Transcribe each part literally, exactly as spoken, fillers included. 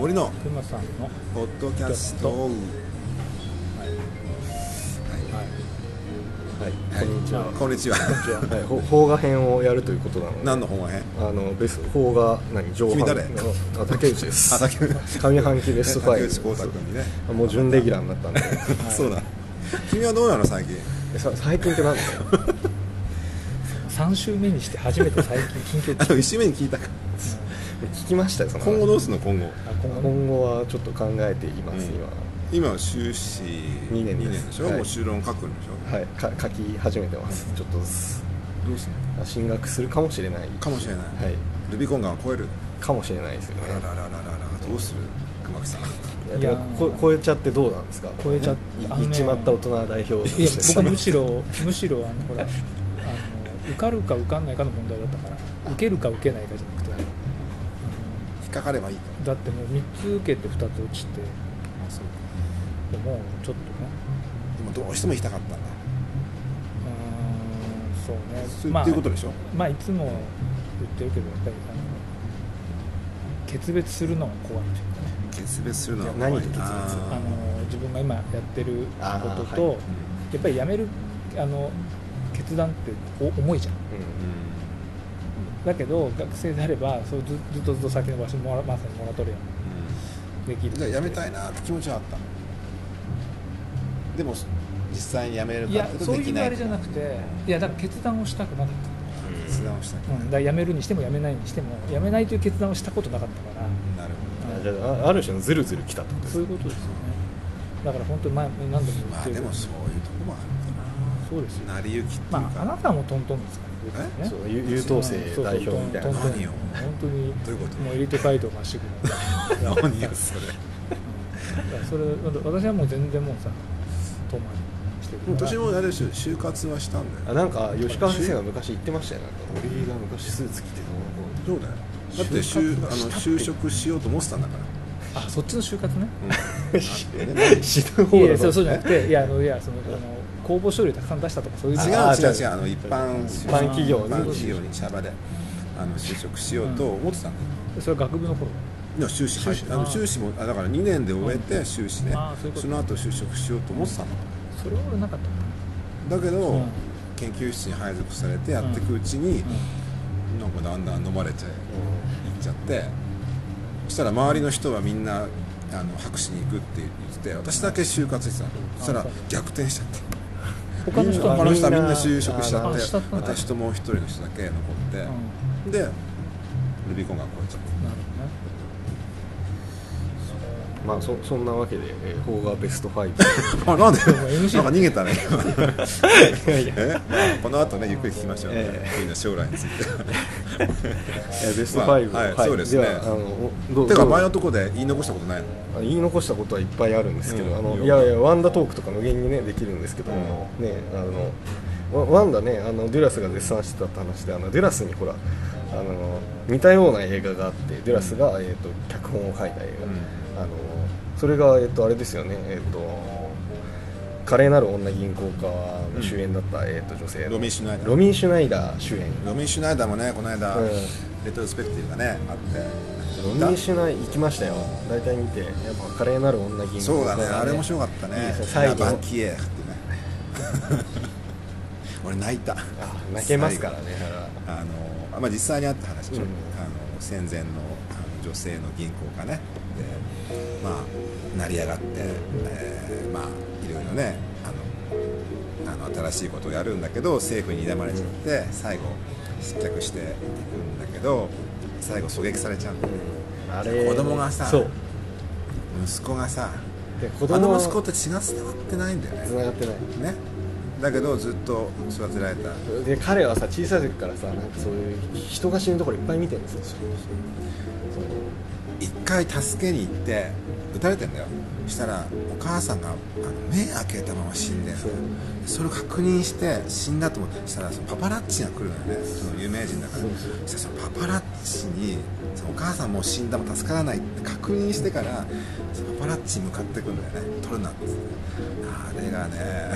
森のくまさんのポッドキャスト。はいはいはいはい、こんにちは。 こんにちは。 はい、ほ邦画編をやるということなので。 何の本編？ あのベス邦画何上半君誰？ あ、竹内です。 あ、竹内。 上半期ベストファイブ。 竹内光太君にね。 もう準レギュラーになったんで。 そうだ。君はどうなの最近？ えさ最近って何だよ。 さん週目にして初めて最近近況あのいち週目に聞いたか。 聞きましたよ。その今後どうすんの今後？ あ今後ね今後はちょっと考えています、 うん今。 今は修士にねんですにねんでしょ、 はいもう修論書くんでしょ。 はい、か書き始めてます。ちょっとずつどうすんの？ 進学するかもしれない。 かもしれない。 はい、 ルビコンガンを超える。 かもしれないですよね。 あららららららどうする熊木さん。 いやいやでもこ超えちゃってどうなんですか。 超えちゃっいあのね行っちまった大人代表といやして僕はむしろむしろあのほらあの受かるか受かんないかの問題だったから受けるか受けないかじゃなくてあの引っかかればいいと。 だってもうみっつ受けてふたつ落ちてあ、そうか。 もうちょっとねでもどうしても行きたかったんだ。 うーんそうねそうまあっていうことでしょ。 まあいつも言ってるけどやっぱりあの決別するのが怖いというかね決別するのは何で決別あーあの自分が今やってることあーと、 はいやっぱり辞めるあの決断ってお重いじゃんうだけど学生であればそうずずっとずっと先延ばしもらまさにモラトリアムできるじゃあ辞めたいなって気持ちはあった。でも実際に辞めるいやかっていうとそうできない。 いうあれじゃなくていやだから決断をしたくなかった決断をしたい。 うん、だから辞めるにしても辞めないにしても辞めないという決断をしたことなかったからなるほん、じゃあある種のズルズル来たってことですそういうことですよねだから本当に前何度も言ど。まあってるけどでもそういうとこもあるそうですよかな。成り行きっていうか。 まああなたはもうトントンですからえねそう優優等生代表みたいな。 トントン何よ本当にどういうこともうエリート街道まっしぐら何よそれ。 それ私はもう全然もうさ遠回りしてるから私もあれでしょ就活はしたんだよ。 あなんか吉川先生が昔言ってましたよ。なんか俺が昔スーツ着てどうのこそうだよ。だって就あの就職しようと思ってたんだから。 あそっちの就活ねうん。 うえね死ぬ方だいやいやそうそうじゃなくていやあのいやそのあの公募書類たくさん出したとかそういう違うあー違う違うあの一般一般企業に一般企業に茶場であの就職しようと思ってたんだよ。 それは学部の頃いや修士入ってあの修士あー修士もあだからにねんで終えて修士ね、 あーそういうことその後就職しようと思ってたの、 それは俺なかっただけど、 うん研究室に配属されてやっていくうちに、なんかだんだん飲まれちゃいっちゃってそしたら周りの人はみんなあの博士に行くって言ってて私だけ就活してたの、そしたら逆転しちゃって他の人は他の人はみんなみんな就職しちゃってあしたったんだ私ともう一人の人だけ残って、 うんでルビコンが超えちゃってなるほどねまあそそんなわけで、えー、邦画ベストファイブあなんでも エムシーなんか逃げたねいやいやえ、まあ、この後ねゆっくり聞きましょう、ねえみんな将来についてえーベストファイブ、 まあはいそうですねではあのどうてかどう前のとこで言い残したことないの？ あ言い残したことはいっぱいあるんですけど、 うんあのいいよいやいやワンダトークとか無限にねできるんですけども、ねあのワワンダねあのデュラスが絶賛してたって話であのデュラスにほらあの似たような映画があってデュラスが、えー、と脚本を書いた映画、あのそれが、えー、とあれですよね、えー、と華麗なる女銀行家の主演だった、えー、と女性のロミー・シュナイダーロミー・シュナイダー主演ロミー・シュナイダーもねこの間、 うんレトロスペクティブがねあってロミー・シュナイ行きましたよ大体見てやっぱ華麗なる女銀行家そうだねがあれ面白かったねいいですね最後バンキエーってね俺泣いたあ泣けますからねあの、まあ、実際にあった話でしょ、 うんあの戦前のあの女性の銀行家ねでまあ成り上がって、えーまあいろいろねあのあの新しいことをやるんだけど政府に睨まれちゃって最後失脚していくんだけど最後狙撃されちゃうんだよね、 あれ子供がさそう息子がさで子あ供はの息子って血がつながってないんだよね繋がってないねだけどずっと育てられたで彼はさ小さい時からさなんかそういう人が死ぬところいっぱい見てるんですよそう一回助けに行って撃たれてんだよそしたらお母さんがあの目開けたまま死んでんのそうそれを確認して死んだと思ってしたらそのパパラッチが来るのよねその有名人だからそうそしたらそのパパラッチにそのお母さんもう死んだも助からないって確認してからそのパパラッチに向かってくんだよね撮るなってあれがね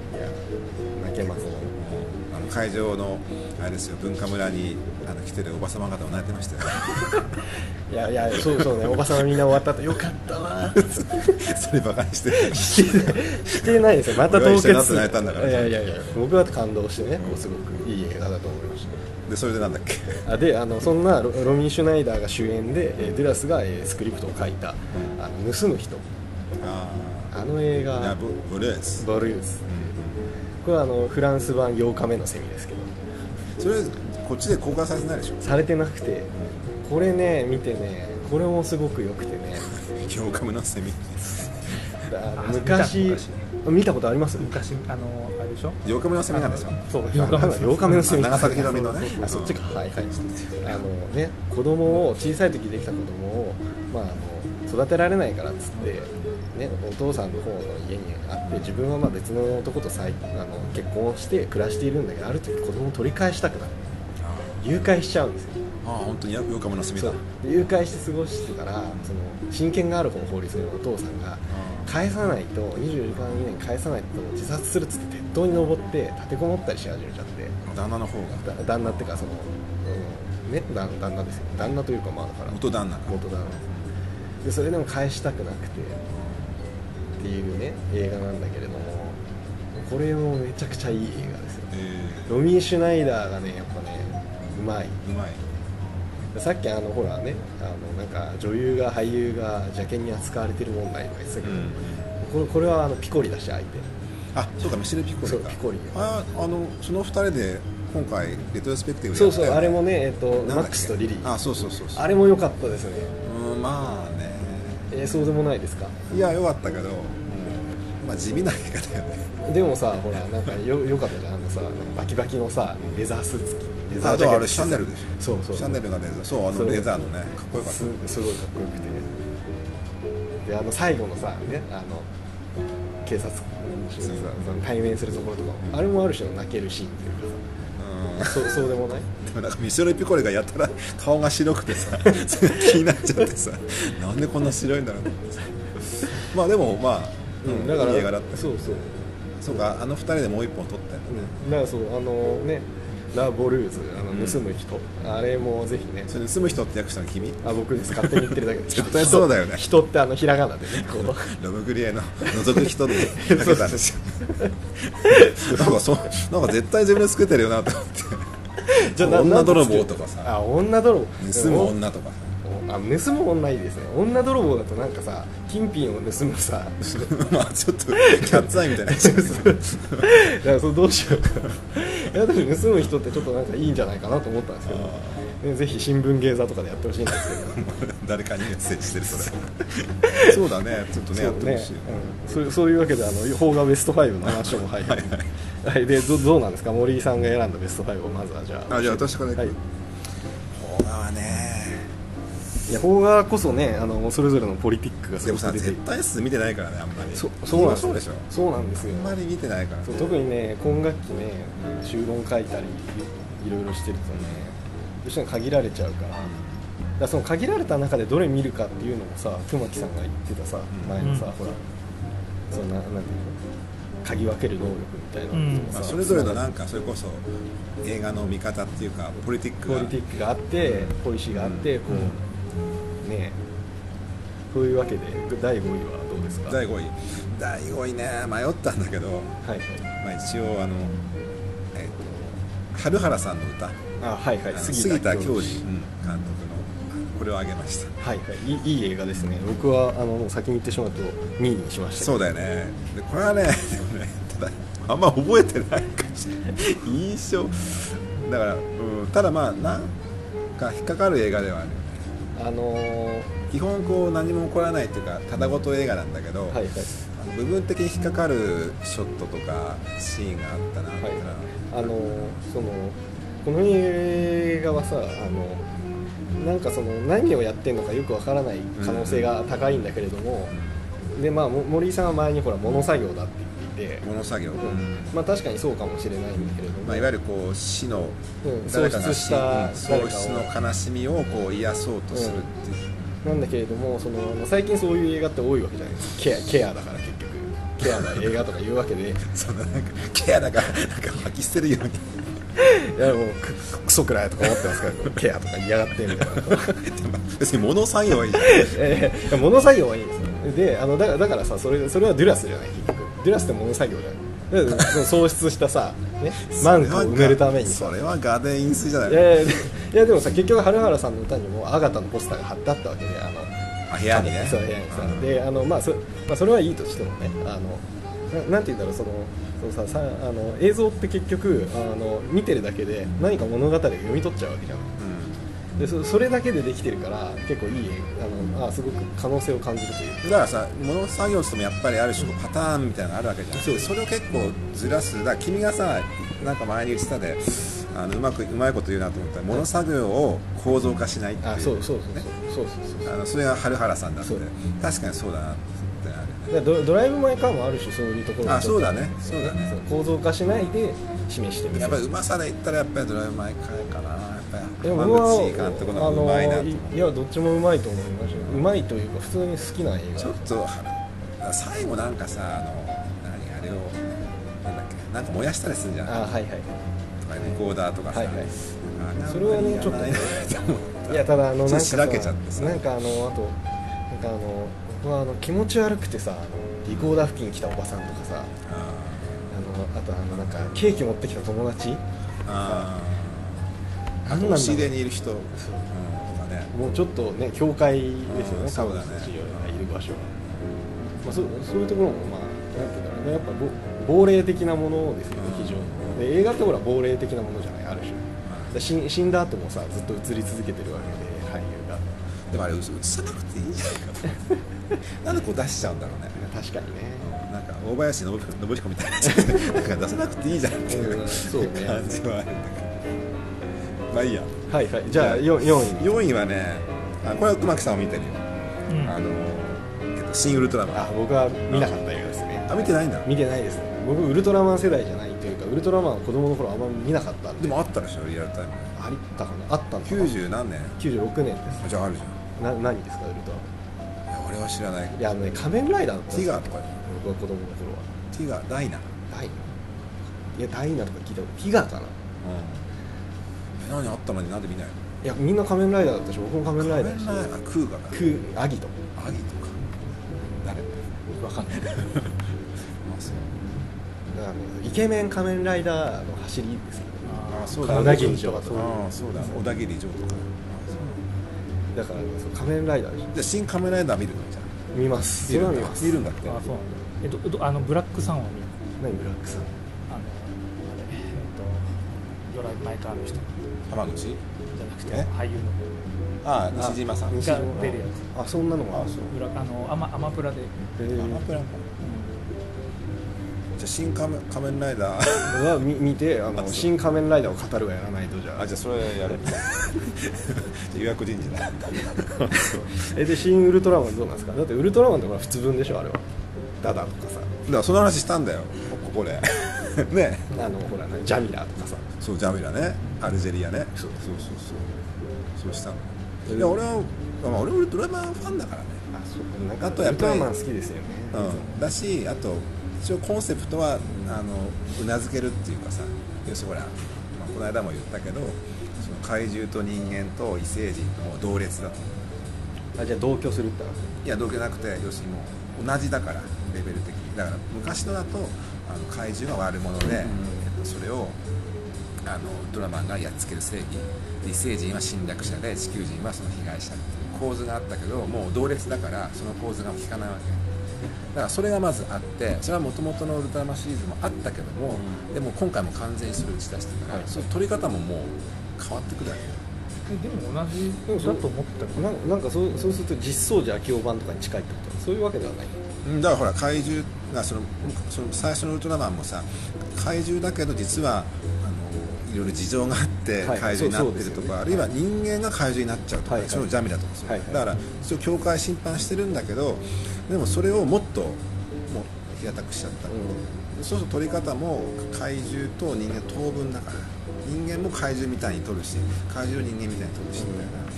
泣けますね。 あの会場のあれですよ、文化村にあの来てるおば様方も泣いてましたよいやいや、そうそうね、おばさんみんな終わった後よかったわそれバカにしてるしてないですよ、また凍結俺は一緒になって泣いたんだからいやいやいや、僕は感動してね、こうすごくいい映画だと思いました。 でそれでなんだっけあであのそんな ロ, ロミー・シュナイダーが主演で、えーデュラスが、えースクリプトを書いた「あの盗む人」 ああの映あいや画ブブルース、 ボルーズ、これはあのフランス版ようかめのセミですけど、 それこっちで公開されてないでしょされてなくて、これね見てね、これもすごく良くてねようかむのセミあのあ昔見見たことあります？ 昔あのあれでしょ、 ようかむのセミなんですよ。 そうようかめのセミ、 長崎ひろみのねあそっちか、はいはい、あのね、子供を小さい時できた子供を、まあ、あの育てられないからっつって、ね、お父さんの方の家にあって、自分はまあ別の男と再あの結婚して暮らしているんだけど、ある時子供を取り返したくなる、誘拐しちゃうんですよ。 ああ本当にようかむのセミだ。 で誘拐して過ごしてたら、その親権がある方の法律のお父さんが返さないとにじゅうよじかん以内に返さないと自殺するっつって鉄塔に登って立てこもったりし始めちゃって、 旦那の方がだ旦那っていうかその、うん、ね旦旦那ですよ、旦那というかまあだから元旦那か元旦那ですで、それでも返したくなくてっていうね映画なんだけれども、これもめちゃくちゃいい映画ですよ。 えロミー・シュナイダーがねやっぱねうまい。 ー、うまい。 さっきあのほらね、あのなんか女優が俳優が邪険に扱われてる問題とか言ってたけど、 うんこれこれはあのピコリだし相手、 あそうかミシェル・ピコリか。 そうピコリああのその二人で今回レトロスペクティブでそうやったよね。 そう、あれもね、えっとなんだっけマックスとリリー、 あそうそうそうそう。 あれも良かったですね。 うんまあね。 えー、そうでもないですか？ いや良かったけど、まあ地味な映画だよね。 でもさ、ほらなんかよ良かったじゃん、あのさバキバキのさレザースーツ着てレザージャケットあとあれシャネルでしょ。 そうそうシャネルがレザー、そうあのレザーのねかっこよかった。 すすごいかっこよくて、であの最後のさね、あの警察署でさその対面するところとか、あれもある種の泣けるシーンというかさ、そうそうでもない？ でもなんかミシェル・ピコリがやったら顔が白くてさそれ気になっちゃってさなんでこんな白いんだろうと思ってさまあでもまあ、うん、 だからいい映画だった。 そうそう、 そうかあの二人でもう一本撮ったよね、 うん、だからそうあのねラ・ボルーズ、あの盗む人、あれもぜひね、 それ盗む人って訳したの君？ あ僕です、勝手に言ってるだけです絶対そうだよね人ってあのひらがなでねこうロブグリエの覗く人でかけたんですよなんかそなんか絶対自分でつけてるよなと思ってじゃあな女泥棒とかさあ女泥棒盗む女とかさあ盗む女いいですね。女泥棒だとなんかさ金品を盗むさまあちょっとキャッツアイみたいなやつだからそれどうしようかいやでも盗む人ってちょっとなんかいいんじゃないかなと思ったんですけど、ね、ぜひ新聞芸座とかでやってほしいんですけど誰かにメッセージしてるそれそうだねちょっとねやってほしい、 ねうん、そうそういうわけであの邦画ベストファイブの話もはいはいはいで ど, どうなんですか、森井さんが選んだベストファイブをまずはじゃああじゃあ私からいく、 はい、 邦画はねいや邦画こそねあのそれぞれのポリティックがすでもさごく出て絶対数見てないからねあんまりそそうなんですそうでしょそうなんですよ。 あんまり見てないから、ね、 そう特にね今学期ね修論書いたりいろいろしてるとねどうしても限られちゃうから、だからその限られた中でどれ見るかっていうのもさ熊木さんが言ってたさ前のさ、 うんほらそんななんていうの嗅ぎ分ける能力みたいなのとまあ、 さ、 それぞれのなんかそれこそ映画の見方っていうかポリティックがポリティックがあってポリシーがあって、こうねそういうわけでだいごいはどうですか？ だいごいだいごいね迷ったんだけど、 はいはいまあ、一応あの、えーと、春原さんの歌あはいはいあの杉田恭司、うん、監督のこれをあげました。 はいはい、いいいい映画ですね。僕はあのもう先に言ってしまうとにいにしました。 そうだよね。でこれはねでもねただあんま覚えてないかもしれない印象だから、うん、ただまあなんか引っかかる映画ではあるよね。 あのー、 基本こう何も起こらないっていうかただごと映画なんだけど、 はいはい、 あの部分的に引っかかるショットとかシーンがあったなっていうのは、 あのー、そのこの映画はさあのなんかその何をやってんのかよくわからない可能性が高いんだけれども、でまあ森井さんは前にほら物作業だって言っていて、 物作業、 うんまあ確かにそうかもしれないんだけれども、 まあ、いわゆるこう死の、 うん誰かが喪失した死誰かを喪失の悲しみをこう癒そうとするっていう、 なんだけれどもその最近そういう映画って多いわけじゃないですか。ケアケアだから結局ケアな映画とか言うわけでそのなんかケアだからなんか吐き捨てるようにいやもうククソくらいとか思ってますからケアとか言いやがってみたいなでも別に物作業はいいじゃんえー、物作業はいいんですよであの だ, だからさそれそれはデュラスじゃない結局デュラスって物作業じゃない喪失したさ、ね、マンクを埋めるためにさそれはガーデン飲水じゃないいやいやいやでもさ結局春原さんの歌にもアガタのポスターが貼ってあったわけであのあ部屋にねそう部屋にさ、うん、であの、まあそまあ、それはいいとしてもねあの な, なんて言うんだろうそのそうささあの映像って結局あの見てるだけで何か物語を読み取っちゃうわけじゃん、うん、で そ, それだけでできてるから結構いいあのあすごく可能性を感じるというだからさ物作業ってもやっぱりある種パターンみたいなのがあるわけじゃん、うん、そ, それを結構ずらすだから君がさなんか前に言ってたであのうまくうまいこと言うなと思ったら物作業を構造化しないっていう、 あそうそうそうそうそうそうあのそれが春原さんだって確かにそうだなってある、ね、 ド, ドライブ・マイ・カーもある種そういうところあそうだねそうだね構造化しないで示してみるやっぱりうまさで言ったらやっぱりドライブ・マイ・カーかなやっぱり浜口監督の方がうまいなと思う。 いやどっちもうまいと思いましたようまいというか普通に好きな映画ちょっと最後なんかさあの何あれをなんだっけなんか燃やしたりするんじゃないあはいはいとかレコーダーとかさ、はいはい、 それはねちょっといやただあのなんかさなんかあのあとなんかあの僕はあの気持ち悪くてさあのリコーダー付近に来たおばさんとかさあのあとあのなんかケーキ持ってきた友達ああと押し入れにいる人そう、うんね、 もうちょっとね教会ですよねそうだね彼女がいる場所は、まあ、そ, そういうところもまあなんていうんだろうねやっぱ亡霊的なものですよね非常にで映画ってほら亡霊的なものじゃないある種で死んだ後もさずっと映り続けてるわけで俳優がでもあれ映さなくていいんじゃないかとなんでこう出しちゃうんだろうね確かにねなんか大林信彦みたいななんか出さなくていいじゃんっていうそう、ね、感じはあるんだけどまあいいやはいはいじゃあよんいよんいはねあこれは熊木さんを見てるよ、うん、あの、えっと、新ウルトラマンあ僕は見なかった映画ですねあ見てないんだ見てないですね僕ウルトラマン世代じゃないというかウルトラマンは子供の頃あんまり見なかったんででもあったでしょリアルタイムあったかなあったのかなきゅうじゅう何年きゅうじゅうろくねんですじゃああるじゃんな何ですかウルトラマンいや俺は知らないいやあのね仮面ライダーだったティガーとか僕は子供の頃はティガーダイナダイナいやダイナとか聞いたことティガーかなうん何あったのになんで見ないのいやみんな仮面ライダーだったし僕も仮面ライダーだし仮面ライダークーガかクーアギトアギトか誰わかんないあそうだから、ね、イケメン仮面ライダーの走りですよねああそうだ小田切城とかああそうだ小田切城とかだから、ね、そう仮面ライダーでしょじゃあ新仮面ライダー見るのじゃあ見ますそれは見ます見るんだってあそうなんだえっとあのブラックさんは見る何ブラックさんあのあれえっとドライブ・マイ・カーの人浜口じゃなくて俳優のああ西島さんが出るやつあそんなのもあるあのアマアマプラでアマプラかじゃあ新仮面仮面ライダーは見見てあの新仮面ライダーを語るはやらないとじゃああじゃあそれやる予約人事だえで新ウルトラマンどうなんですかだってウルトラマンってほら普通分でしょあれはダダとかさだからその話したんだよここでねあのほらジャミラとかさそうジャミラねアルジェリアねそうそうそうそうそうしたのいや俺は、まあ、俺ウルトラマンファンだからねあそうなんかあとやっぱりウルトラマン好きですよね、 うん、だしあと一応コンセプトはあのうなずけるっていうかさ要するにほら、まあ、この間も言ったけどその怪獣と人間と異星人とも同列だとあじゃあ同居するって話いや同居なくて要するにもう同じだからレベル的にだから昔のだとあの怪獣が悪者で、うんえっと、それをあのドラマンがやっつける正義異星人は侵略者で地球人はその被害者っていう構図があったけどもう同列だからその構図が効かないわけだからそれがまずあってそれはもともとのウルトラマンシリーズもあったけども、うん、でも今回も完全にそれを打ち出してから、はい、その撮り方ももう変わってくるわけよでも同じだと思ったけどな, なんか そ, そうすると実相寺昭夫版とかに近いってことそういうわけではないだからほら怪獣がそのその最初のウルトラマンもさ怪獣だけど実はあのいろいろ事情があって怪獣になってるとか、はいね、あるいは人間が怪獣になっちゃうとか、はい、そのジャミラとかそう、はいはい、だから一応境界侵犯してるんだけどでもそれをもっともう平たくしちゃった、うん、そうすると撮り方も怪獣と人間当分だから人間も怪獣みたいに撮るし怪獣人間みたいに撮るしみたいな、うん、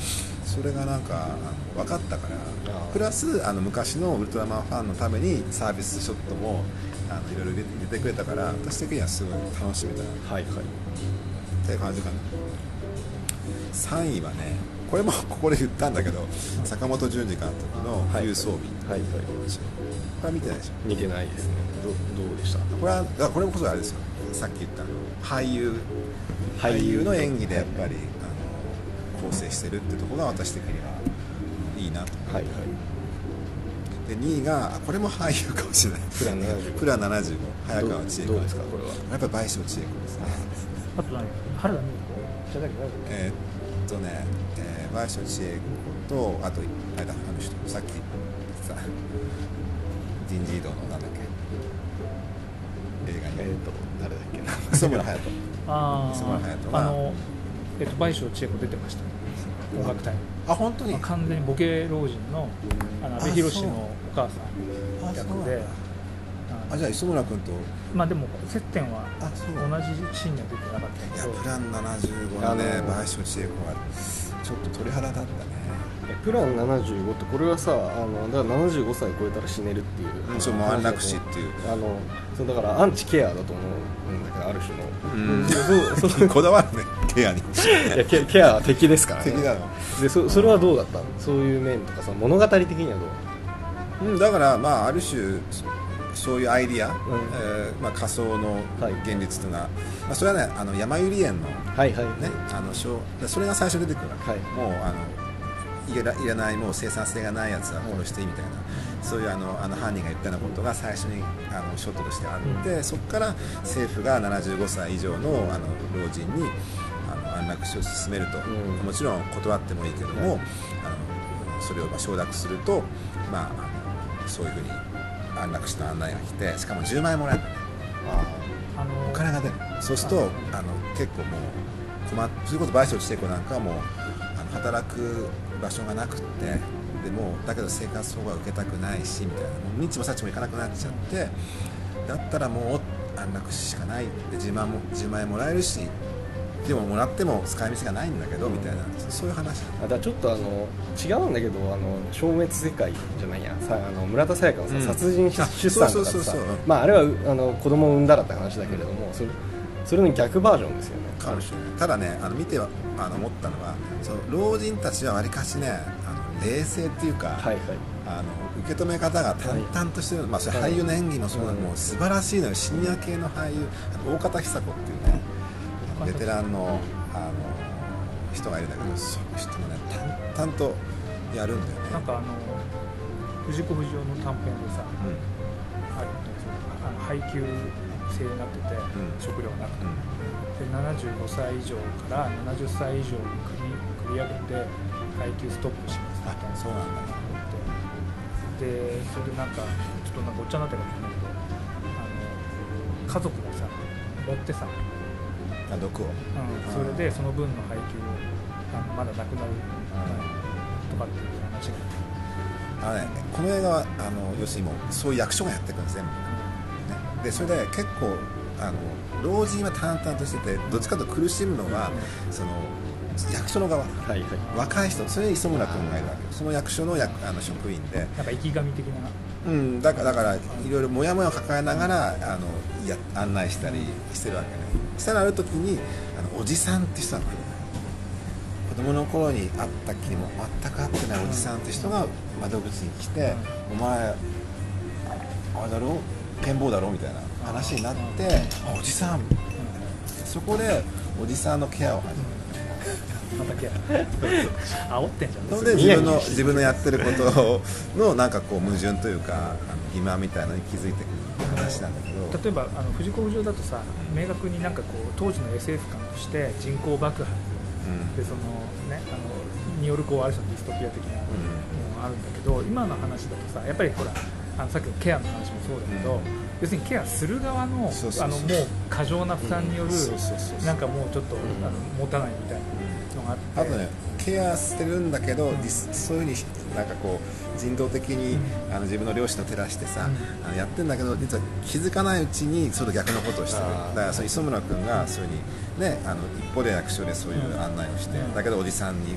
それがなんかあの分かったからあープラスあの昔のウルトラマンファンのためにサービスショットもあのいろいろ入れ入れてくれたから私的にはすごい楽しみだなはいはいっていう感じかな。さんいはねこれもここで言ったんだけど坂本淳二監督の「冬装備」 はいはいこれは見てないでしょ。 見てないですね。どどうでした？ これはあこれこそあれですよさっき言ったあの俳優俳優の演技でやっぱり、あの構成してるってところが私的にはいいなと。 はいはいでにいがこれも俳優かもしれないプランななじゅうごプランななじゅうご早川千恵子どうですかこれは？ やっぱり倍賞千恵子ですね。 あと何原田美子じゃだけどえーっとね、えー、倍賞千恵子とあとあれだあの人さっき言ってた人事異動のなんだっけ映画にえっと誰だっけな磯村勇斗あ磯村勇斗がああのえっと倍賞千恵子出てました音楽隊に、 あ本当にまあ、完全にボケ老人のあの阿部寛のお母さんあそうなんだ役であじゃあ磯村君とまあでも接点はあそう同じシーンには出てなかったいけどやプランななじゅうごのねあのー倍賞千恵子はちょっと鳥肌だったね。 えプランななじゅうごってこれはさあのだからななじゅうごさい超えたら死ねるっていう、 うんそうもう安楽死っていうあのそうだからアンチケアだと思うんだけどある種のうんそうそうこだわるねケアにいやケケアは敵ですからね敵なの。 で そ, それはどうだったの？そういう面とかさ物語的にはどう？ うん、だからまあある種そそういうアイディア、 んえーまあ、仮想のはい現実というのは、まあ、それはねあの山百合園の、ね、 はいはいあのしょうそれが最初に出てくるわけ、 はいもうあのいらいらないもう生産性がないやつは殺していいみたいな、そういうあのあの犯人が言ったようなことが最初にあのショットとしてあって、 うそこから政府がななじゅうごさい以上のあの老人にあの安楽死を進めると、 うんもちろん断ってもいいけども、 はいあのそれをまあ承諾すると、まあ、あのそういうふうに安楽死の案内が来てしかもじゅうまんえんもらえるのねあのお金が出るそうするとあの結構もう困っそれこそ倍賞千恵子なんかはもうあの働く場所がなくってでもだけど生活保護は受けたくないしみたいなもう日もさっちもいかなくなっちゃってだったらもう安楽死しかないでじゅうまんもじゅうまんえんもらえるしでももらっても使い道がないんだけどみたいなそういう話あだからちょっとあの違うんだけどあの消滅世界じゃないやさあの村田沙耶香のさ、 うん殺人出あ出産とかそうそうさそうそうまああれはあの子供を産んだらって話だけれども、それそれの逆バージョンですよね。 ある種ただねあの見てはあの思ったのはその老人たちはわりかしねあの冷静っていうか、 はいはいあの受け止め方が淡々としてる、まあ、それ俳優の演技もそうなの、 はいもう素晴らしいのよシニア系の俳優あの大方久子っていうねあのベテランのあの人がいるんだけどその人もね淡々とやるんだよねなんかあの藤子不二雄の短編でさ、あるあの配給制になってて、 うん食料がなくて、 うんでななじゅうごさい以上からななじゅっさい以上に繰り繰り上げて配給ストップしますみたいなあそうなんだでそれでなんかちょっとなんかおっちゃになったかもしれないけどあの家族がさ持ってさ、 あ毒をうん、それでその分の配給をあのまだなくなる前とかっていう話があの、ね、この映画はあの要するにもうそういう役所がやっていくんです全部、ね、でそれで結構あの老人は淡々としててどっちかというと苦しむのはその役所の側はいはい若い人それに磯村君がいるわけよその役所の役あの職員で、 なんか生き神的なうん、だからだからいろいろモヤモヤを抱えながらあのや案内したりしてるわけねしたらある時にあのおじさんって人が来る子供の頃に会ったきりも全く会ってないおじさんって人が窓口に来て「お前あれだろ健忘だろ?」みたいな話になって「あおじさん」そこでおじさんのケアを始めるまたケア煽ってんじゃんそれで自分の自分のやってることのなんかこう矛盾というかあの疑問みたいなのに気づいてくる話なんだけど例えばあの藤子不二雄だとさ明確になんかこう当時の エスエフ 感として人口爆発うんでそのねあのによるこうある種のディストピア的なものがあるんだけど今の話だとさやっぱりほらあのさっきのケアの話もそうだけど、 うん要するにケアする側のそうそうそうあのもう過剰な負担によるそうそうそうそうなんかもうちょっと、 んあの持たないみたいなのがあってあとねケアしてるんだけど、ディスそういうふうになんかこう人道的に、あの自分の両親と照らしてさ、 うんあのやってるんだけど実は気づかないうちにそれと逆のことをしてるあーだからその磯村君がそういうふうにねあの一方で役所でそういう案内をして、 うんだけどおじさんに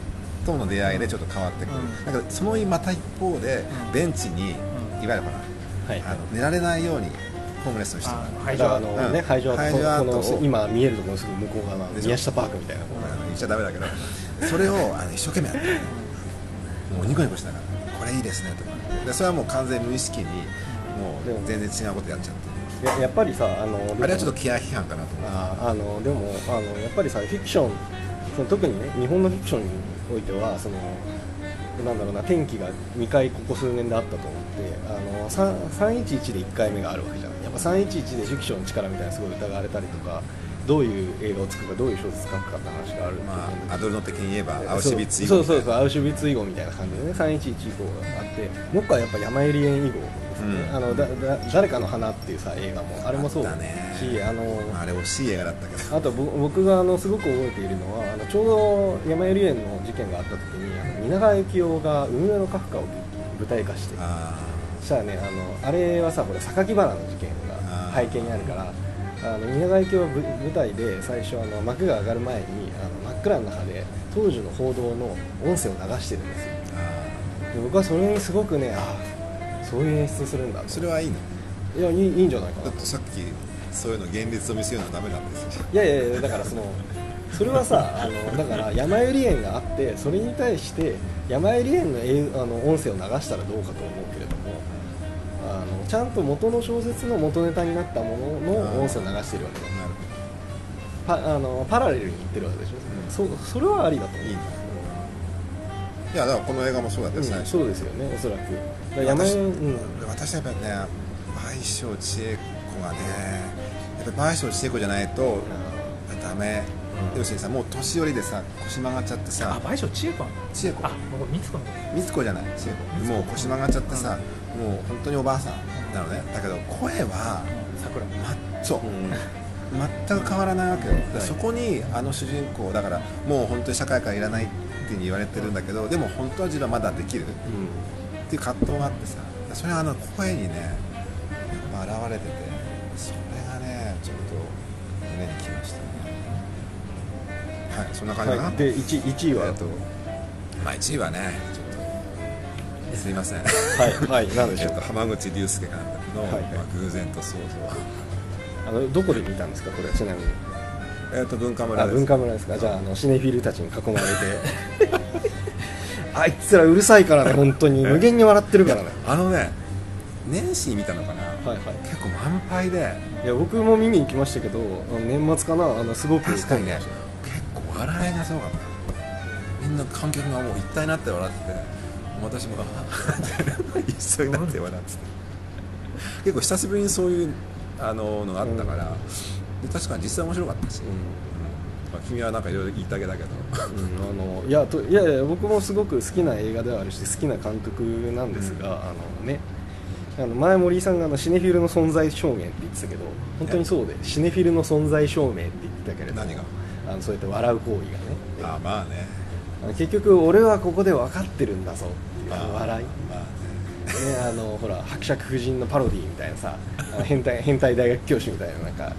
との出会いでちょっと変わってくる、 うん、 だからそのまた一方で、 うん、 ベンチに、うん、いわゆるほら、はい、あの寝られないようにホームレスの人がハイジョアート、うん、ね、ハイジョアート、今見えるところすぐ向こう側の宮下パークみたいな、うん、 言っちゃダメだけどそれをあの一生懸命やってるもうニコニコしながらこれいいですねとかでそれはもう完全無意識にもう全然違うことやっちゃってや, やっぱりさあのあれはちょっとケア批判かなと思う。 ああのでもあのやっぱりさフィクションその特にね日本のフィクションにおいてはそのなんだろうな転機がにかいここ数年であったと思ってあのさんいちいちでいっかいめがあるわけじゃん。やっぱさんいちいちでフィクションの力みたいなすごい疑われたりとかどういう映画を作るかどういう小説書くかって話があると思うんですけど、 まあ、アドルノ的に言えばアウシュビッツ以後そうそうそうアウシュビッツ以後みたいな感じでねさんいちいち以降があってもう一個はやっぱ山ゆり園以後ですね、うん、あのだだ誰かの花っていうさ映画もあれもそうだねしあのあれ惜しい映画だったけどあと僕があのすごく覚えているのはあのちょうど山ゆり園の事件があった時にあの蜷川幸雄が海辺のカフカを舞台化してそしたらねあのあれはさこれ榊原の事件が背景にあるからあの蜷川幸雄は舞台で最初あの幕が上がる前にあの真っ暗の中で当時の報道の音声を流してるんですよ。で僕はそれにすごくねあそういう演出するんだそれはいいのいやいい、いいんじゃないかな。 だってさっきそういうの現実を見せるのはダメなんですよ。 いやいやいやだからそのそれはさあのだから山ゆり園があってそれに対して山ゆり園の映あの音声を流したらどうかと思うけれどもあのちゃんと元の小説の元ネタになったものの音声を流しているわけだ。パ, あのパラレルに言ってるわけでしょ、うん、そ, それはありだと思う。いいんだ、 うん、いやだからこの映画もそうだったよ、 うん、そうですよねおそらくだから山私,、うん、私はやっぱりね倍賞千恵子はねやっぱり倍賞千恵子じゃないとダメ、うん、要するにさもう年寄りでさ腰曲がっちゃってさあ倍賞千恵子千恵子あ僕光子光子じゃない千恵子もう腰曲がっちゃってさ、うん、もう本当におばあさんなのねだけど声は、 うん、桜まそう、うん全く変わらないわけよ、はい、そこにあの主人公だからもう本当に社会からいらないって言われてるんだけどでも本当は自分はまだできる、うん、っていう葛藤があってさそれはあの声にねやっぱ現れててそれがねちょっと胸にきましたねはいそんな感じかな、 はい、で 1, 1位は、えっとまあ、いちいはねちょっとすいませんはいはい何でしょうか浜口竜介監督の、はいはいまあ、偶然と想像あのどこで見たんですかこれちなみにえーと文化村です。 あ文化村ですかじゃあ、あのシネフィルたちに囲まれてあいつらうるさいからね本当に無限に笑ってるからねあのね年始見たのかな、はいはい、結構満杯でいや僕も見に行きましたけど年末かなあのすごく確かにね結構笑いがすごかったみんな観客がもう一体になって笑ってて私も一緒になって笑ってて結構久しぶりにそういうあののがあったから、うん、で確かに実際面白かったし、うんまあ、君はなんかいろいろ言いたげだけど、 うん、あのいやといやいや僕もすごく好きな映画ではあるし好きな監督なんですが、うん、あのねあの前森井さんがあのシネフィルの存在証明って言ってたけど本当にそうでシネフィルの存在証明って言ってたけれども何があのそうやって笑う行為がねあまあねあの結局俺はここで分かってるんだぞっていうあの笑い、まあねね、あのほら伯爵夫人のパロディみたいなさあの変態変態大学教師みたいななんか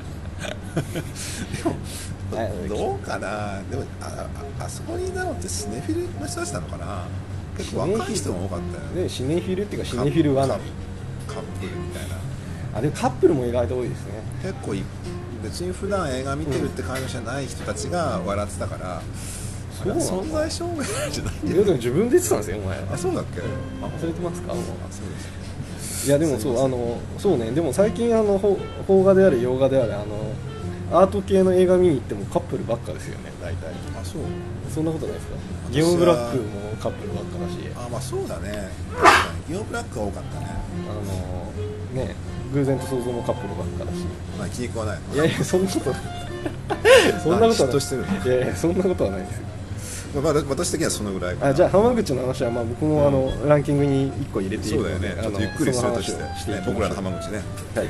でもどうかなでも あ, あ, あそこにいたのってシネフィルの人たちなのかな結構若い人も多かったよね。 ねシネフィルっていうかシネフィルワナビカップルみたいなあでもカップルも意外と多いですね。 結構別に普段映画見てるって感じじゃない人たちが笑ってたから、うん、あれ存在証明じゃないんだよ。 いやでも自分で言ってたんですよお前。 あそうだっけ、うん、 あ忘れてますか。 あそうですいやでもそうあのそうねでも最近あの邦画であれ洋画であれあのアート系の映画見に行ってもカップルばっかですよね大体。 あそうそんなことないですか。ギオンブラックもカップルばっかだし。 あまあそうだねギオンブラックは多かったね。 あのね偶然と想像もカップルばっかだし。 まあ気に食わないの。 いやいやそんなことそんなことはない。 してるいやいやそんなことはないですよ。 まあ、私的にはそのぐらいかな。 あじゃあ浜口の話はまあ僕もあの、うん、ランキングにいっこ入れているので、 そうだよねちょっとゆっくりするとして、ね、僕らの浜口ねはい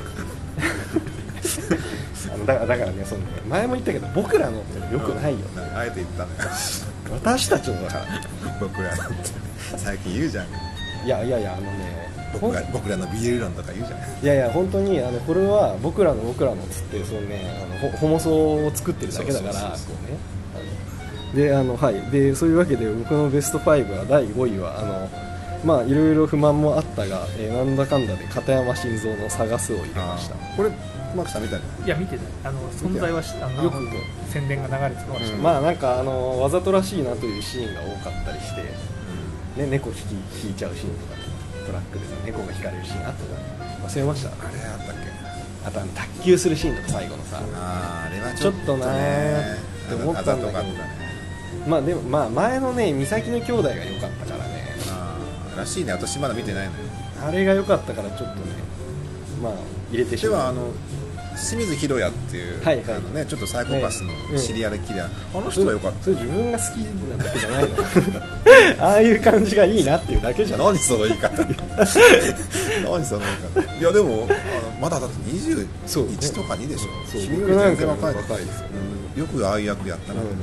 あの だ, だからねその前も言ったけど僕らのってよくないよ、 うん、あえて言ったのよ私たちのだから僕らのって最近言うじゃん。 いやいやいやあのね僕ら僕らの ビーエル 論とか言うじゃん。 いやいや本当にあのこれは僕らの僕らのっつってそのねあのホモソを作ってるだけだからこうねであのはいでそういうわけで僕のベストファイブはだいごいはあのまあいろいろ不満もあったが、えー、なんだかんだで片山晋三の探すを入れました。 これマークさん見たんじゃない？ いや見てない、あの存在はしあのよく宣伝が流れてました、 うん、まあなんかあのわざとらしいなというシーンが多かったりして、ね、猫引き引いちゃうシーンとか、ね、トラックでさ猫が引かれるシーンあったじゃん、忘れました。 あれあったっけ？ あとあの卓球するシーンとか最後のさ、 ああれはちょっとなーって思ったんだけど、ね、まあでもまあ前のね三崎の兄弟が良かったからね。 ああらしいね、私まだ見てないのよ。 あれが良かったからちょっとねまあ入れてしまう。 ではあの清水宏也っていう、はいはい、あのね、ちょっとサイコパスのシリアルキラー、ね、うん、あの人は良かった。 それ自分が好きなだけじゃないのああいう感じがいいなっていうだけじゃない。 何その言い方何その言い方いやでもあのまだだってにじゅういちとかにでしょ。 そう、 君より全然若い若いですよ、 うん、よくああいう役やったなと思って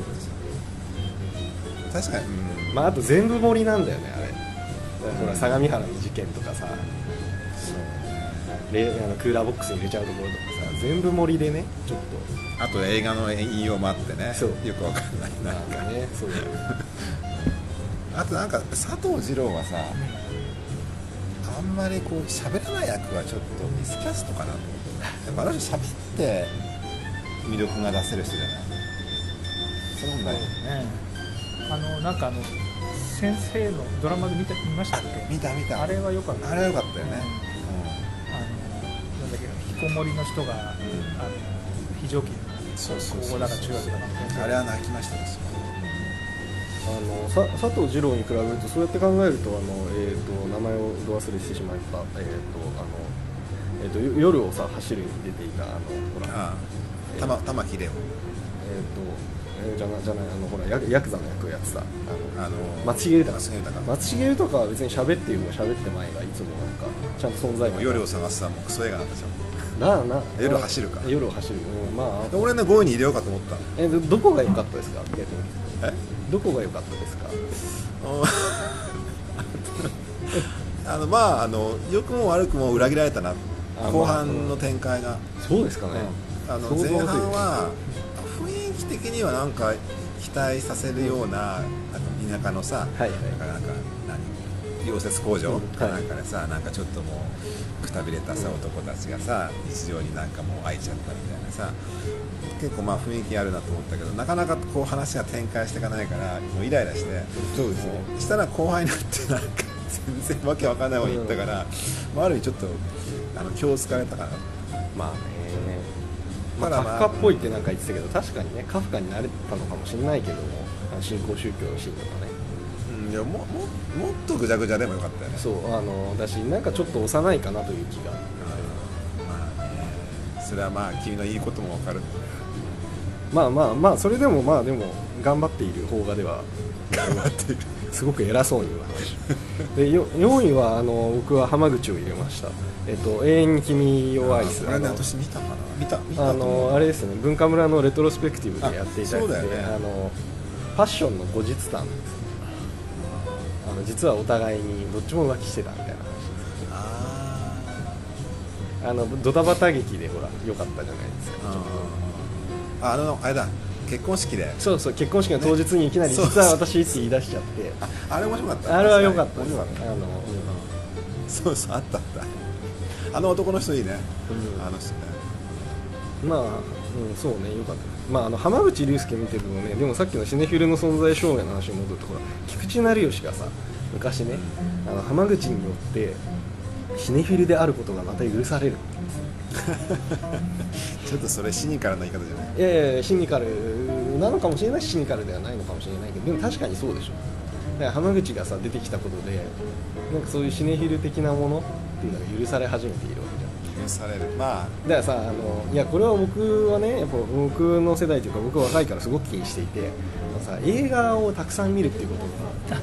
さ、うん、確かに、 うん、まああと全部盛りなんだよねあれ。ほら相模原の事件とかさ、レあのクーラーボックスに入れちゃうところとかさ、全部盛りでね、ちょっとあと映画の引用もあってね、 そうよくわかんないなんかね、そうだよあとなんか佐藤二朗はさ、あんまりこう喋らない役はちょっとミスキャストかなと思って、やっぱあの人喋って魅力が出せる人じゃない。そんなことないよね。あのなんかあの先生のドラマで見た見ましたっけ？ 見た見た。 あれは良かった。 あれは良かったよね。 なんだっけ、引きこもりの人が、うん、あの非常勤そうそう高校だか中学だかあれは泣きましたですよ。 あのさ佐藤二朗に比べるとそうやって考えるとあの、えー、と名前をど忘れしてしまった、えーとあのえー、と夜をさ走るに出ていたあのほらああ玉玉木レオ、 えーとえー、じゃなじゃないあのほらヤヤクザの役をやってたあの、あの松重豊松重豊は別に喋っていうの喋って前がいつもなんかちゃんと存在感。 夜を探すはもうクソ映画なんですよ。 なな夜を走るか夜を走る、うん、まあ俺ねごいに入れようかと思ったの。 えどどこが良かったですか逆に。 えどこが良かったですかあのまああの良くも悪くも裏切られたな、後半の展開が。 そうですかね、 うん、あの前半は雰囲気的にはなんか期待させるような、うん、田舎のさ、はいはい、なんか何溶接工場かなんかでさ、はい、なんかちょっともうくたびれたさ、うん、男たちがさ日常になんかもう愛いちゃったみたいなさ、結構まあ雰囲気あるなと思ったけど、なかなかこう話が展開していかないからもうイライラして、 そうですね、 したら後輩になってなんか全然わけわかんないこと言ったから、うん、ある意味ちょっとあの気を使われたかな。 まあね、まあ、カフカっぽいってなんか言ってたけど、確かにねカフカになれたのかもしれないけども、新興宗教のシーンとかね、 うん、いや も, も, もっとぐちゃぐちゃでもよかったよね。 そうあのだしなんかちょっと幼いかなという気が、うん、 まあね、それはまあ君のいいこともわかる。 まあまあまあそれでもまあでも頑張っている邦画では頑張っているすごく偉そうに言う話でよんいはあの僕は浜口を入れました。えっと、永遠に君を愛す。 あれね、私見たかな。見た見たあのあれですね、文化村のレトロスペクティブでやっていたやつで、あ、ね、あのファッションの後日談です。あの実はお互いにどっちも浮気してたみたいな話です。ああのドタバタ劇でほら良かったじゃないですか。 ああのあれだ、結婚式で。 そうそう、結婚式の当日にいきなり、ね、実は私って言い出しちゃって。 あ, あれ面白かった。 あれは良かったです。あの、うん、 そうそう、あったあった。あの男の人いいね、うん、あの人ね。まあ、うん、 そうね、よかった。まあ、あの浜口竜介見てるとね、でもさっきのシネフィルの存在証明の話に戻ると、ほら菊池成吉がさ、昔ね、うん、あの浜口によってシネフィルであることがまた許されるちょっとそれシニカルな言い方じゃない。 いやいや、シニカルなのかもしれないし、シニカルではないのかもしれないけど、でも確かにそうでしょ。だから浜口がさ出てきたことで、なんかそういうシネフィル的なものっていうのが許され始めているわけじゃん。 許される。まあだからさ、あのいやこれは僕はね、やっぱ僕の世代というか僕は若いからすごく気にしていて、さ映画をたくさん見るっていうことが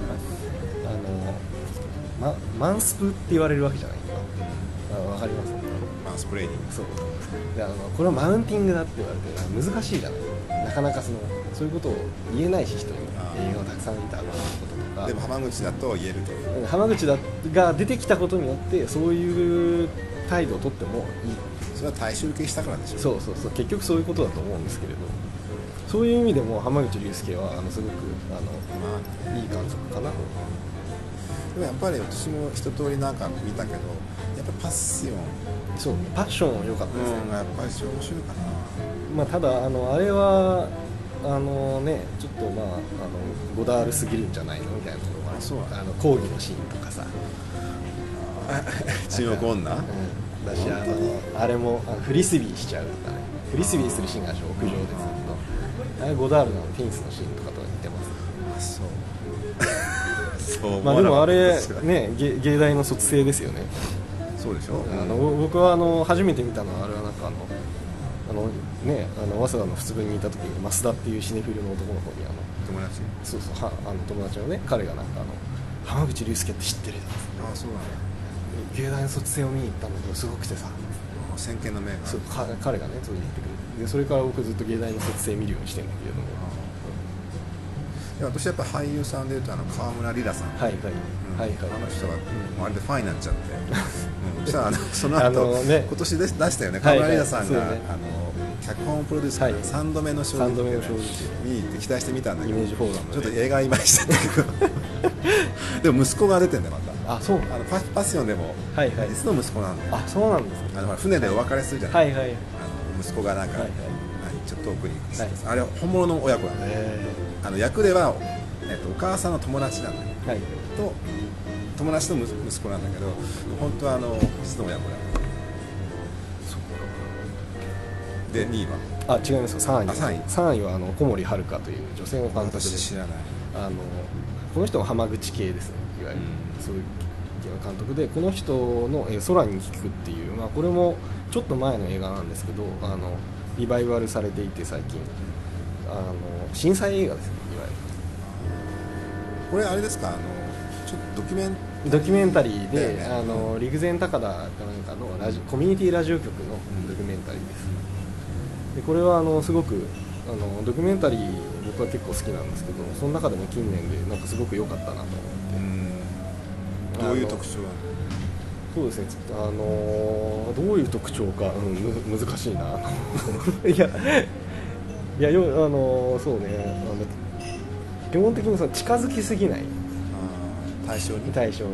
あの、ま、マンスプって言われるわけじゃないか。わかります？ マンスプレーニング。 そうで、あのこれはマウンティングだって言われて難しいじゃない。なかなかそのそういうことを言えないし、人に映画をたくさん見たこととか。 でも浜口だと言えると。 浜口だが出てきたことによってそういう態度をとってもいい。 それは大衆受けしたからでしょ。 そうそうそう、結局そういうことだと思うんですけれど、 そういう意味でも浜口竜介はあのすごくあの、 まあね、 いい監督かな。 でもやっぱり私も一通りなんか見たけど、やっぱりパッション、 そうパッション良かったですね、 うん、やっぱり面白いかな。 まあ、ただあのあれはあのねちょっとまああのゴダールすぎるんじゃないのみたいなところがあそうあの講義のシーンとかさ中国女、 うん、だしあのあれもあのフリスビーしちゃうとかね、フリスビーするシーンがあるでしょ、屋上でずっとあれゴダールのテニスのシーンとかと似てます。 あそうそうまあでもあれ思わなかったですよね芸芸大の卒生ですよね。 そうでしょ、 あの僕はあの初めて見たのはあれはなんかあのあのねあの早稲田の仏文にいた時に増田っていうシネフィルの男の子にあの友達、 そうそうはあの友達のね彼がなんかあの浜口竜介って知ってるああそうなの、 芸大の卒生を見に行ったんだけどすごくてさ、 先見の明が、 そうか彼がねそう言ってくれて、でそれから僕ずっと芸大の卒生見るようにしてるんだけれども、 いや私やっぱ俳優さんでいうとあの川村リラさん、 はいはい、 うんはいはいあの人が、もうあれでファンになっちゃって、うん、そしたらあのその後あのね今年で出したよね、 はいはい川村リラさんが、 そうねあの脚本プロデュースからはいさんどめの正直、 三度目の正直見に行って期待してみたんだけど、 イメージフォーラムでちょっと映画いまいちだったけどでも息子が出てんだよまた、 あそうあのパパッションでも、 はいはい実の息子なんだよ、 あそうなんですね、 あのほら船でお別れするじゃない、 はいはいあの息子がなんか、 はいはい何ちょっと遠くに行く、 はいあれは本物の親子なんだよ、 えあの役では、えっと、お母さんの友達なんだよー、はいと友達と息息子なんだけど、本当はあの実の親子だでにいはあ違いますよさんいあさんいさんいはあの小森遥という女性の監督です私知らない、 あのこの人は浜口系ですね、いわゆる、 うんそういう系の監督で、この人のえー空に聞くっていう、まあ、これもちょっと前の映画なんですけど、あのリバイバルされていて最近、あの震災映画ですね、いわこれあれですか、あのちょっとドキュメンゆるドキュメンタリーで、 だよねあの陸前高田かなんかのラジコミュニティラジオ局のドキュメンタリーです、でこれはあのすごくあのドキュメンタリー僕は結構好きなんですけど、その中でも近年でなんかすごく良かったなと思って、 うんどういう特徴なの？ そうですね、あのーどういう特徴か、うん、む難しいないやいやよあのーそうねあの基本的にその近づきすぎないあー対象に対象に、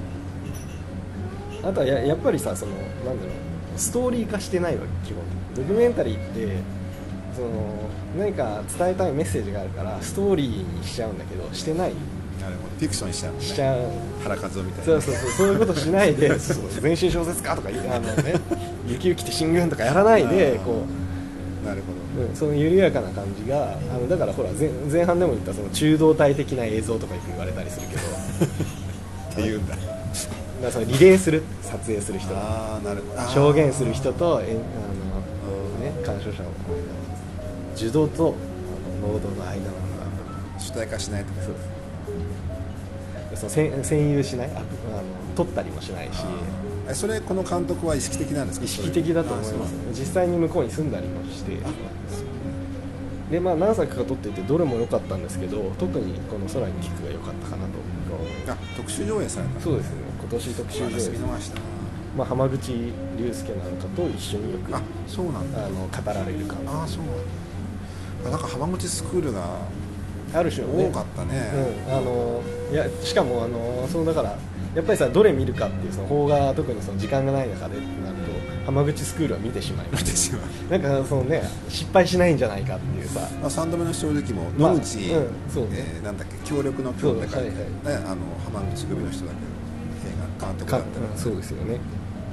あとは や, やっぱりさそのなんだろうストーリー化してないわけ基本的にドキュメンタリーってその何か伝えたいメッセージがあるからストーリーにしちゃうんだけどしてないなるほど、フィクションにしちゃうのね、 しちゃう原和夫みたいな、 そうそうそうそういうことしないでそう全身小説家とかあのね雪雪って進軍とかやらないでこうなるほうん、その緩やかな感じがあのだからほら 前, 前半でも言ったその中道体的な映像とかよく言われたりするけどどっていうんだだからそのリレーする撮影する人ああなるほど、 証言する人とえんあの、ね、鑑賞者の受動とあの能動の間なんだ主体化しないとか、 そうですその占占有しないああの取ったりもしないしえそれこの監督は意識的なんですか？ 意識的だと思います、実際に向こうに住んだりもしてで、まあ、何作か撮っていてどれも良かったんですけど特にこの「空に聞く」が良かったかなと僕は思います。 あ特殊上映されたの？ そうですね今年特集上映私見逃したな。 まあ、浜口竜介なんかと一緒によくあそうなんだ。 あの語られる感じあそうなんだ。なんか浜口スクールがある種のね多かったね、 うん、あのいやしかもあのそのだからやっぱりさどれ見るかっていうその邦画特にその時間がない中でってなると浜口スクールは見てしまいます見てしまう。 なんかそのね失敗しないんじゃないかっていうさまあ、さんどめの正直もまあ野口、 うんそうねえーなんだっけ協力の協って書いて、 そうねはいあの浜口組の人だけど映画監督だかったら、 うんそうですよね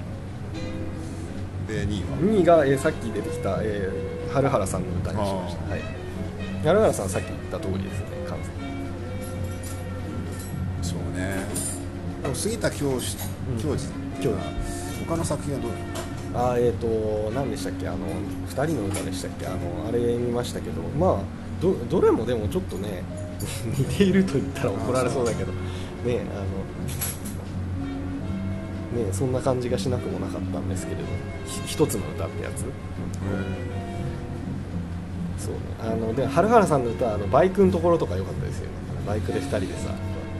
でにいはにいが、えーさっき出てきた、えー、春原さんの歌にしました、はい、春原さんさっき言った通りですね完全にそうね。でも杉田教授うん教授教授他の作品はどうなの？ あえっ、ー、と何でしたっけあのふたりの歌でしたっけあのあれ見ましたけどまあ ど, どれもでもちょっとね似ていると言ったら怒られそうだけどねあのねそんな感じがしなくもなかったんですけれどひ一つの歌ってやつそうねあので春原さんの歌はあのバイクのところとか良かったですよねバイクでふたりでさ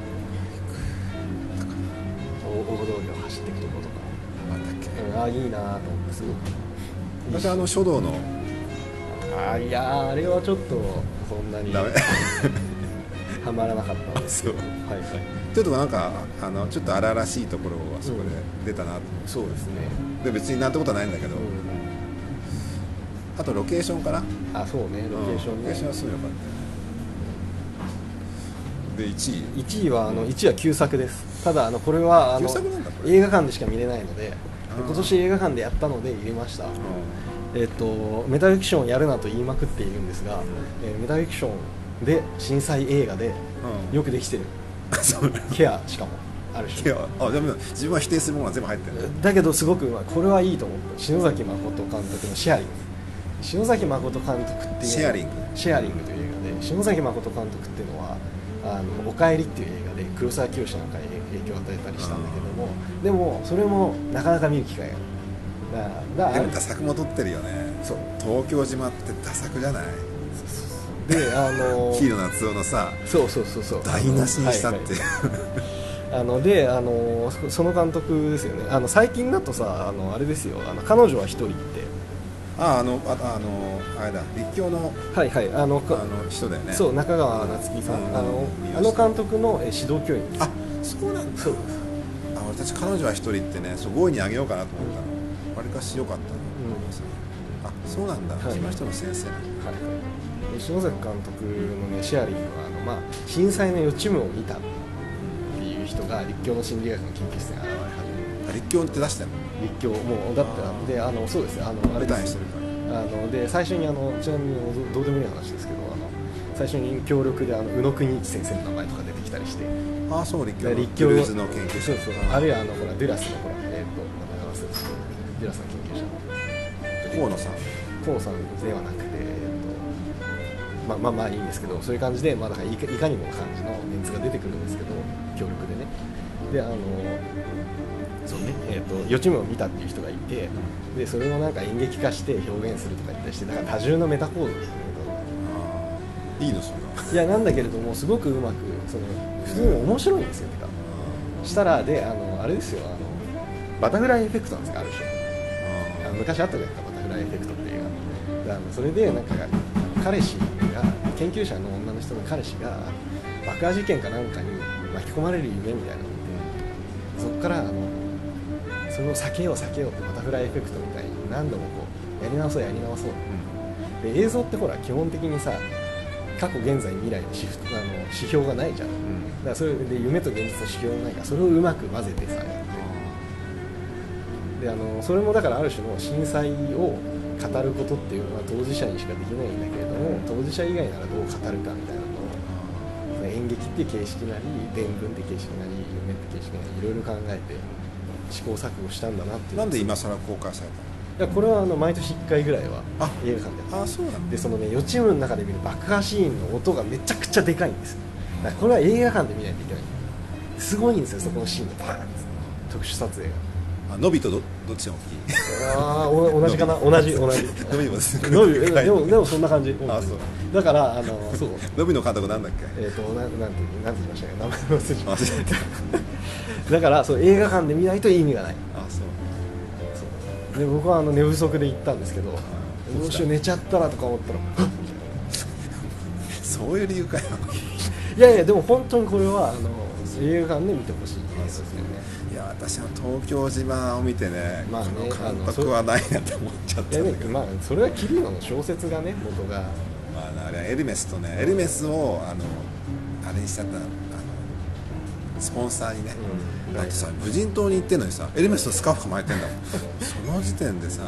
大通りを走っていくところとかなんだっけ、 うん、ああいいなと思ってすごく私あの書道のあいやーあれはちょっとそんなにダメはまらなかったんですそうはいはいちょっとなんかあのちょっと荒々しいところはそこで出たなと、 そうですね、 で別になんてことはないんだけど、 うあとロケーションかな、 ん、あそうねロケーションね、 ロケーションはすごい良かったでいちいいちいはあのいちいは旧作です。ただあのこれはあの旧作なんだこれ映画館でしか見れないので、 あー今年映画館でやったので入れました。えっとメタフィクションやるなと言いまくっているんですが、えーメタフィクションで震災映画でうんよくできてる、 そうケアしかもある種いやあでも自分は否定するものは全部入ってるねだけどすごくうまい。これはいいと思った篠崎誠監督のシェアリング。篠崎誠監督っていうのはシェアリングシェアリングという映画で、篠崎誠監督っていうのはあのおかえりっていう映画で黒沢清なんかに影響を与えたりしたんだけども、でもそれもなかなか見る機会がある。だからでもダ作も撮ってるよね。 そう東京島ってダ作じゃない。 であのキーの夏夫のさそうそうそうそう台無しにしたっていう、 あのであのそその監督ですよね。あの最近だとさあのあれですよ、あの彼女は一人ってああのああのあれだ立教のはいはいあのあの人だよね。 そう中川夏樹さん、 うんあの見ましたあの監督のえ指導教員です。 あそうなんだ。 そうあ俺たち彼女は一人ってねそうごいにあげようかなと思ったの。わりかし良かったの、あそうなんだ、 はいその人の先生はいはい、で篠崎監督の、ね、シェアリングはあの、まあ、震災の予知夢を見たっていう人が立教の心理学の研究室に現れ始める。 立教って出してんの立教もうだってあのであのそうですよあのあれ舞台にですしてるからあので最初にあのちなみにあのどどうでもいい話ですけどあの最初に協力であの宇野邦一先生の名前とか出てきたりして、 ああそう立教ので立教ドゥルーズの研究者そうそうあるいはあのほらデュラスのほらえっ、と名前合わせるデュラスの研究者河野さん河野さんではなくて、えー、とまあまあまあいいんですけど、そういう感じで、まあ、だからいかいかにも感じのメンツが出てくるんですけど、協力でね。で、あのそうね、えー、と予知夢を見たっていう人がいて、でそれをなんか演劇化して表現するとか言ったりして、だから多重のメタ構造ですよね。 あいいのそんないやなんだけれどもすごくうまくその普通に面白いんですよ。てかしたらであのあれですよあのバタフライエフェクトなんですかある種。あの昔あったじゃないですかバタフライエフェクトっていう映画。あのそれでなんか彼氏が研究者の女の人の彼氏が爆破事件かなんかに巻き込まれる夢みたいなので、そこからあのそれを避けよう避けようってバタフライエフェクトみたいに何度もこうやり直そうやり直そう、で映像ってほら基本的にさ過去現在未来のシフトあの指標がないじゃん、だからそれで夢と現実の指標がないからそれをうまく混ぜてさやってであのそれもだからある種の震災を語ることっていうのは当事者にしかできないんだけれども、当事者以外ならどう語るかみたいなのを演劇って形式なり伝聞って形式なり夢って形式なりいろいろ考えて試行錯誤したんだなっていう。 なんで今更公開されいやこれはあの毎年いっかいぐらいはあ映画館でたの。あそうなんだ。 でそのね予知夢の中で見る爆破シーンの音がめちゃくちゃでかいんですよ。だからこれは映画館で見ないといけない。すごいんですよそこのシーンがバーンって特殊撮影が。 あのびとどどっちが大きいああ同じかな同じ同じのびもですのびでもでもそんな感じ。 あそうだからあのそうのびの監督なんだっけえっ、ー、となんなんてなんて言いましたか名前忘れちゃっ忘れたただからそう映画館で見ないと意味がない。 あそうそうで僕はあの寝不足で行ったんですけど、どうしよう寝ちゃったらとか思ったらはっみたいな。 そういう理由かよいやいやでも本当にこれはあの映画館で見てほしい映画ですよね。 いや私は東京島を見てね、 まあねこの監督はないなって思っちゃっいやねたんだけど、 まあそれはキリノの小説がね元がまあ、あれはエルメスとねエルメスをあのあれにしちゃったあのスポンサーにね、 うんだってさ無人島に行ってんのにさエルメスのスカーフ巻いてんだもんその時点でさ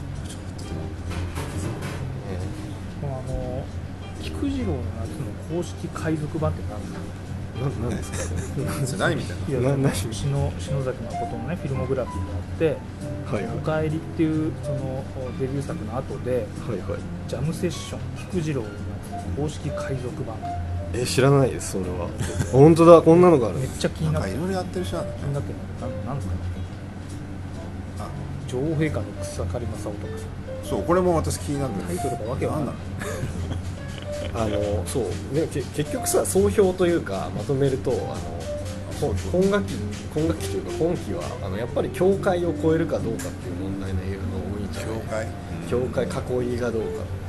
あの菊次郎の夏の公式海賊版って何ですか。 ななんですかそれ何みたいないやなな篠篠崎誠のねフィルモグラフィーがあってはいはいおかえりっていうそのデビュー作の後ではいはいジャムセッション菊次郎の公式海賊版え知らないですそれは本当だこんなのがあるめっちゃ気になってなんかいろいろやってる人なんだね気になってるのなんですかね。 あ女王陛下の草刈正雄とかさそうこれも私気になってるタイトルがわけわかんない。 あのそうねけ結局さ総評というかまとめるとあのほ今学期今学期というか今期はあのやっぱり境界を超えるかどうかっていう問題の映画が多いんじゃない教会境界囲いがどうか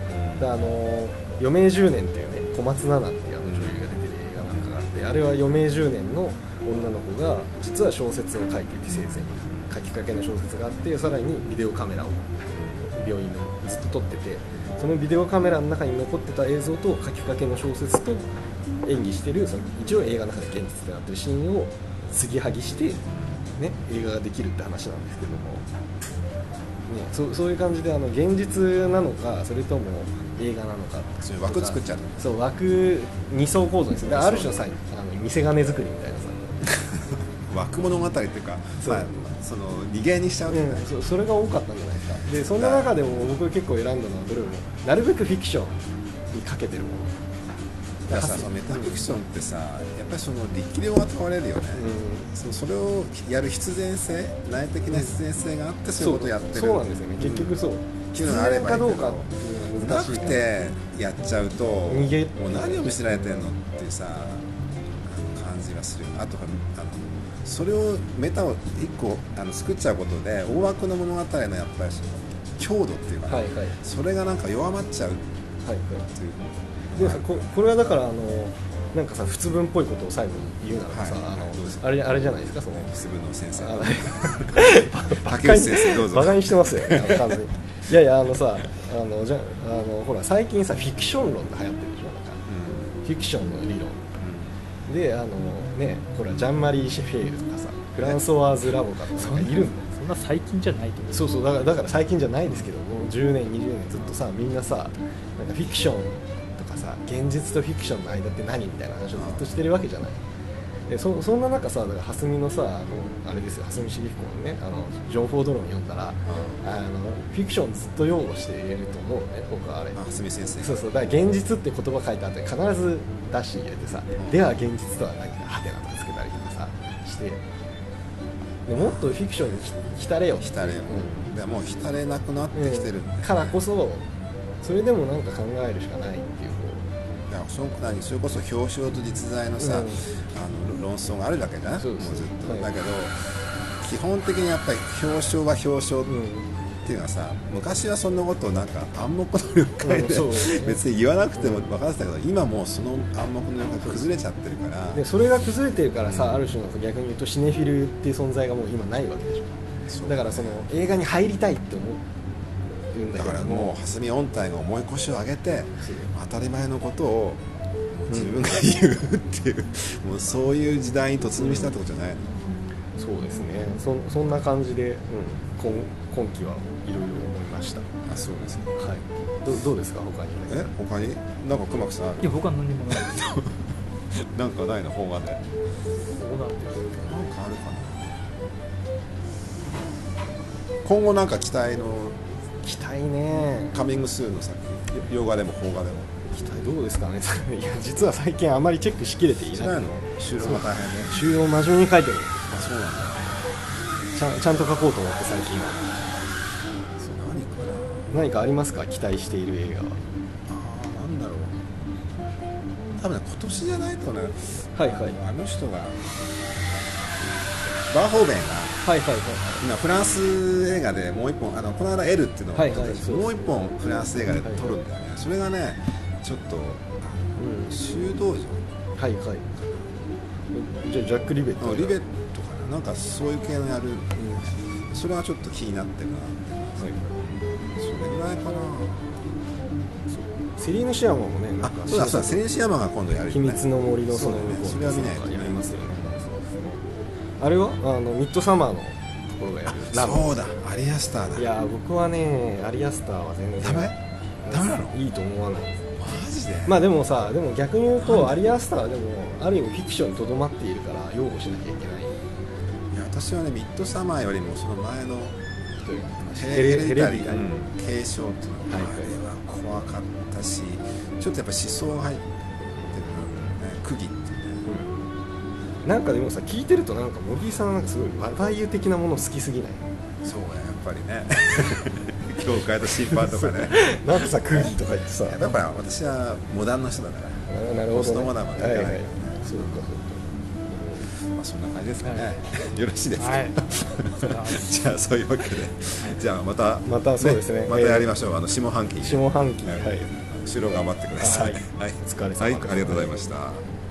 であの余命じゅうねんっていうね、小松菜奈っていうあの女優が出てる映画なんかがあって、あれは余命じゅうねんの女の子が実は小説を書いていて、生前に書きかけの小説があって、さらにビデオカメラを病院のずっと撮ってて、そのビデオカメラの中に残ってた映像と書きかけの小説と演技してる、その一応映画の中で現実となってるシーンを継ぎはぎして、ね、映画ができるって話なんですけども、ね、そ, そういう感じであの現実なのかそれとも映画なのか、 そういう枠作っちゃう。 そう、枠に層構造ですね。ある種のさ、あの見せ金作りみたいなさ枠物語っていうか、まあ、その逃げにしちゃう、ね、 うん、そ, それが多かったんじゃないですか。でそんな中でも僕結構選んだのはどれもなるべくフィクションにかけてるものだからさ、そのメタフィクションってさ、やっぱりその力量が問われるよね、うん、そのそれをやる必然性、内的な必然性があって、そういうことをやってる。 そうなんですよね、結局そう、 必然かどうかっていうのな難しいくてやっちゃうと、 逃げもう何を見せられてるのっていうさ感じがする。あとあのそれをメタを一個あの作っちゃうことで、大枠の物語のやっぱりその強度っていうか、ね、はいはい、それがなんか弱まっちゃうっていう、 はいはい、でこ, これはだからあのなんかさ、普通文っぽいことを最後に言うならさ、はい、あのあれあれじゃないですか、その普通文の先生竹内先生どうぞバカにしてますよね完全にいやいや、あのさ、あのじゃあのほら最近さフィクション論って流行ってるでしょ、なんか、うん、フィクションの理論、うん、であのね、ほらジャンマリー・シェフェールとかさ、フランソワーズ・ラボカとかいるんだよ。 そんな最近じゃないと思う。 そうそう、だからだから最近じゃないですけど、もうじゅうねんにじゅうねんずっとさ、みんなさ、なんかフィクションとかさ、現実とフィクションの間って何みたいな話をずっとしてるわけじゃない。で そ, そんな中さ、だから蓮見のさ、あのあれですよ、蓮見茂彦のね、あの情報ドローン読んだら、あのフィクションずっと擁護していると思うね、僕はあれ。 蓮見先生。 そうそう、だから現実って言葉書いた後に必ずダッシュ入れてさ、うん、では現実とは何かハテナとかつけたりとかさしてで、もっとフィクションに浸れよ、 浸れよ、うん、でもう浸れなくなってきてるんで、うん、 からこそそれでもなんか考えるしかないっていう。 いや、それこそ表彰と実在のさ、うん、あの論争があるだけじゃん、もうずっと、はい、だけど基本的にやっぱり表彰は表彰っていうのはさ、昔はそんなことをなんか暗黙の了解で、うん、別に言わなくても分かってたけど、今もうその暗黙の了解が崩れちゃってるから、 でそれが崩れてるからさ、ある種の逆に言うとシネフィルっていう存在がもう今ないわけでしょ。だからその映画に入りたいって思うんだけども、だからもう蓮見音体が重い腰を上げて当たり前のことを自分が言うっていう、うん、もうそういう時代に突入したってことじゃないの、 うん、そうですね、 そ, そんな感じで、うん、今, 今期はいろいろ思いました。 あ、そうですね、 はい、ど, どうですか他に。 え、他になんか熊木さんある？ いや、僕は何にもないなんかないの、邦画で。邦画ってなんかあるかな。今後なんか期待の期待ね、 カミングスーンの作品、洋画でも邦画でも期待どうですかね。いや、実は最近あまりチェックしきれていない。 の収録が大変ね。 収録を真面目に書いてる。 あ、そうなんだ。 ちゃん、ちゃんと書こうと思って最近は。 そう、何かな何かありますか、期待している映画は。 ああ、なんだろう、多分ね、今年じゃないとね、 はいはい、 あの人がバーホーベンが、 はいはいはい、 今フランス映画でもう一本、あのこの間 L っていうのを、はいはい、もう一本フランス映画で撮るんだよね、はいはい、それがねちょっと、うん、修道場、 はいはい、じゃあジャック・リベットリベットかな、なんかそういう系のやる、うん、それはちょっと気になってるなって、はい、それぐらいかな。 セリーヌ・シアマもね、なんかそうだそうだ、セリーヌ・シアマが今度やるよね、 秘密の森のその向こう、 それは見ないとやりますよね。あれはあのミッドサマーのところがやる。 そうだ、アリアスターだ。 いや僕はね、アリアスターは全然ダメダメなの。 いいと思わない。 マジで。 まあでもさ、でも逆に言うとアリアスターはでもある意味フィクションにとどまっているから擁護しなきゃいけない。いや、私はね、ミッドサマーよりもその前のヘレヘレディタリー、 継承っていうのは、はい、あれは怖かったし、ちょっとやっぱ思想が入ってる、ね、釘っていうね、 うん、なんかでもさ、聞いてるとなんか茂木さんなんかすごいバタイユ的なもの好きすぎない？ そうね、やっぱりね教会と審判とかねなんかさ、釘とか言ってさ、 やっぱり私はモダンの人だから、 なるほど、ね、 ポストモダンまでいかないからね、 はいはい、そうかそうか。 まあそんな感じですかね、はい、よろしいですか、はい、じゃあそういうわけで、じゃあまたまたそうですね、 またやりましょう、あの下半期下半期、はい、 後ろ頑張ってください、はい、 はい、お疲れ様です、 はい、ありがとうございました。